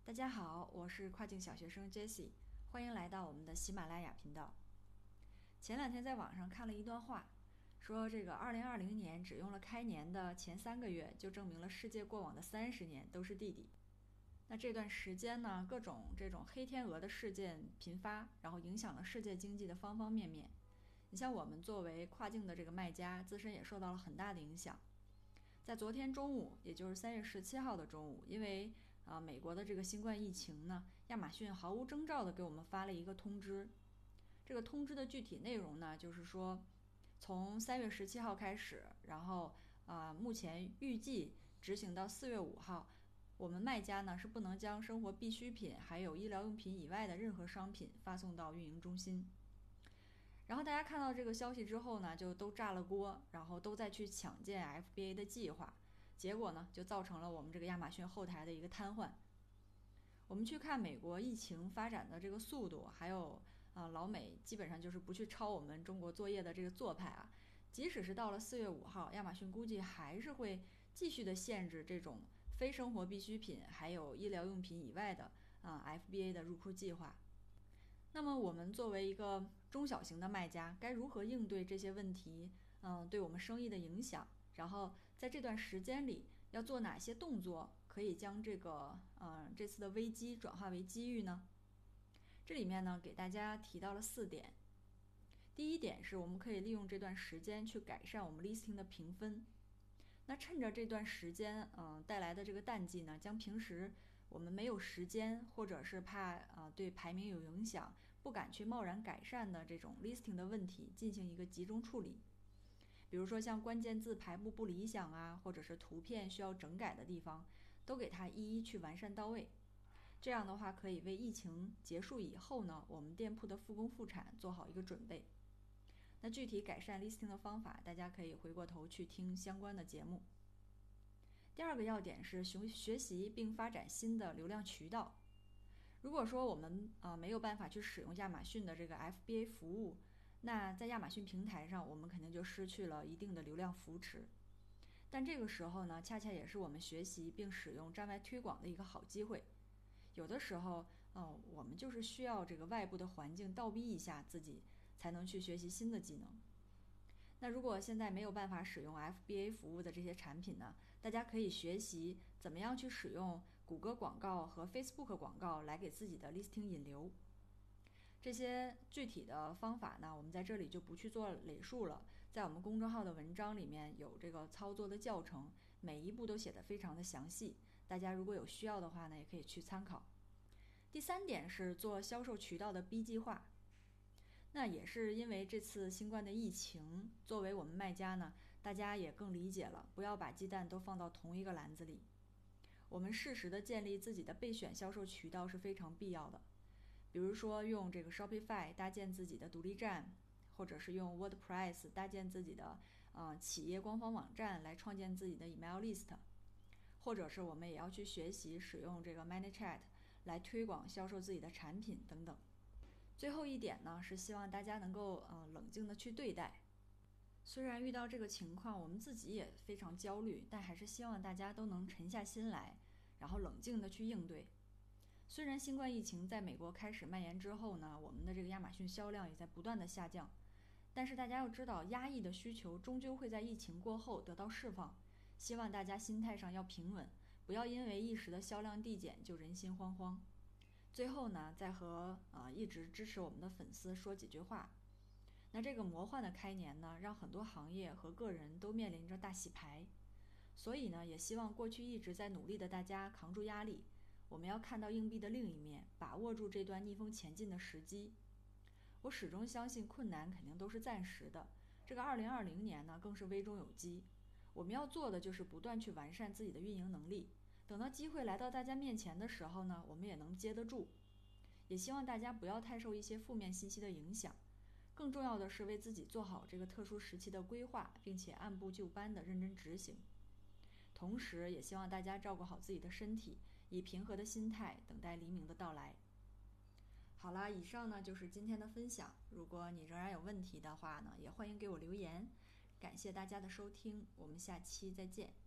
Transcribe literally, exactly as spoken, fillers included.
大家好，我是跨境小学生 Jessie， 欢迎来到我们的喜马拉雅频道。前两天在网上看了一段话，说这个二零二零年只用了开年的前三个月，就证明了世界过往的三十年都是弟弟。那这段时间呢，各种这种黑天鹅的事件频发，然后影响了世界经济的方方面面。你像我们作为跨境的这个卖家，自身也受到了很大的影响。在昨天中午，也就是三月十七号的中午，因为啊、呃、美国的这个新冠疫情呢，亚马逊毫无征兆的给我们发了一个通知。这个通知的具体内容呢，就是说从三月十七号开始，然后啊、呃、目前预计执行到四月五号，我们卖家呢是不能将生活必需品还有医疗用品以外的任何商品发送到运营中心。然后大家看到这个消息之后呢，就都炸了锅，然后都在去抢建 F B A 的计划，结果呢，就造成了我们这个亚马逊后台的一个瘫痪。我们去看美国疫情发展的这个速度，还有啊、呃、老美基本上就是不去抄我们中国作业的这个做派啊。即使是到了四月五号，亚马逊估计还是会继续的限制这种非生活必需品还有医疗用品以外的啊、呃、F B A 的入库计划。那么我们作为一个中小型的卖家，该如何应对这些问题？嗯，对我们生意的影响，然后在这段时间里要做哪些动作，可以将这个嗯这次的危机转化为机遇呢？这里面呢，给大家提到了四点。第一点是我们可以利用这段时间去改善我们 listing 的评分。那趁着这段时间，嗯，带来的这个淡季呢，将平时我们没有时间，或者是怕呃对排名有影响，不敢去贸然改善的这种 listing 的问题进行一个集中处理。比如说像关键字排布不理想啊，或者是图片需要整改的地方，都给它一一去完善到位。这样的话，可以为疫情结束以后呢，我们店铺的复工复产做好一个准备。那具体改善 listing 的方法，大家可以回过头去听相关的节目。第二个要点是学习并发展新的流量渠道。如果说我们呃没有办法去使用亚马逊的这个 F B A 服务，那在亚马逊平台上我们肯定就失去了一定的流量扶持。但这个时候呢，恰恰也是我们学习并使用站外推广的一个好机会。有的时候，呃，我们就是需要这个外部的环境倒逼一下自己，才能去学习新的技能。那如果现在没有办法使用 F B A 服务的这些产品呢，大家可以学习怎么样去使用谷歌广告和 Facebook 广告来给自己的 listing 引流。这些具体的方法呢，我们在这里就不去做累述了，在我们公众号的文章里面有这个操作的教程，每一步都写得非常的详细，大家如果有需要的话呢，也可以去参考。第三点是做销售渠道的 B 计划。那也是因为这次新冠的疫情，作为我们卖家呢，大家也更理解了，不要把鸡蛋都放到同一个篮子里。我们适时的建立自己的备选销售渠道是非常必要的。比如说用这个 Shopify 搭建自己的独立站，或者是用 WordPress 搭建自己的呃企业官方网站来创建自己的 email list， 或者是我们也要去学习使用这个 ManyChat 来推广销售自己的产品等等。最后一点呢，是希望大家能够呃冷静的去对待。虽然遇到这个情况，我们自己也非常焦虑，但还是希望大家都能沉下心来，然后冷静的去应对。虽然新冠疫情在美国开始蔓延之后呢，我们的这个亚马逊销量也在不断的下降，但是大家要知道，压抑的需求终究会在疫情过后得到释放。希望大家心态上要平稳，不要因为一时的销量递减就人心惶惶。最后呢，再和呃一直支持我们的粉丝说几句话。那这个魔幻的开年呢，让很多行业和个人都面临着大洗牌，所以呢，也希望过去一直在努力的大家扛住压力。我们要看到硬币的另一面，把握住这段逆风前进的时机。我始终相信困难肯定都是暂时的，这个二零二零年呢，更是危中有机。我们要做的就是不断去完善自己的运营能力，等到机会来到大家面前的时候呢，我们也能接得住。也希望大家不要太受一些负面信息的影响，更重要的是为自己做好这个特殊时期的规划，并且按部就班的认真执行。同时也希望大家照顾好自己的身体，以平和的心态等待黎明的到来。好啦，以上呢就是今天的分享，如果你仍然有问题的话呢，也欢迎给我留言。感谢大家的收听，我们下期再见。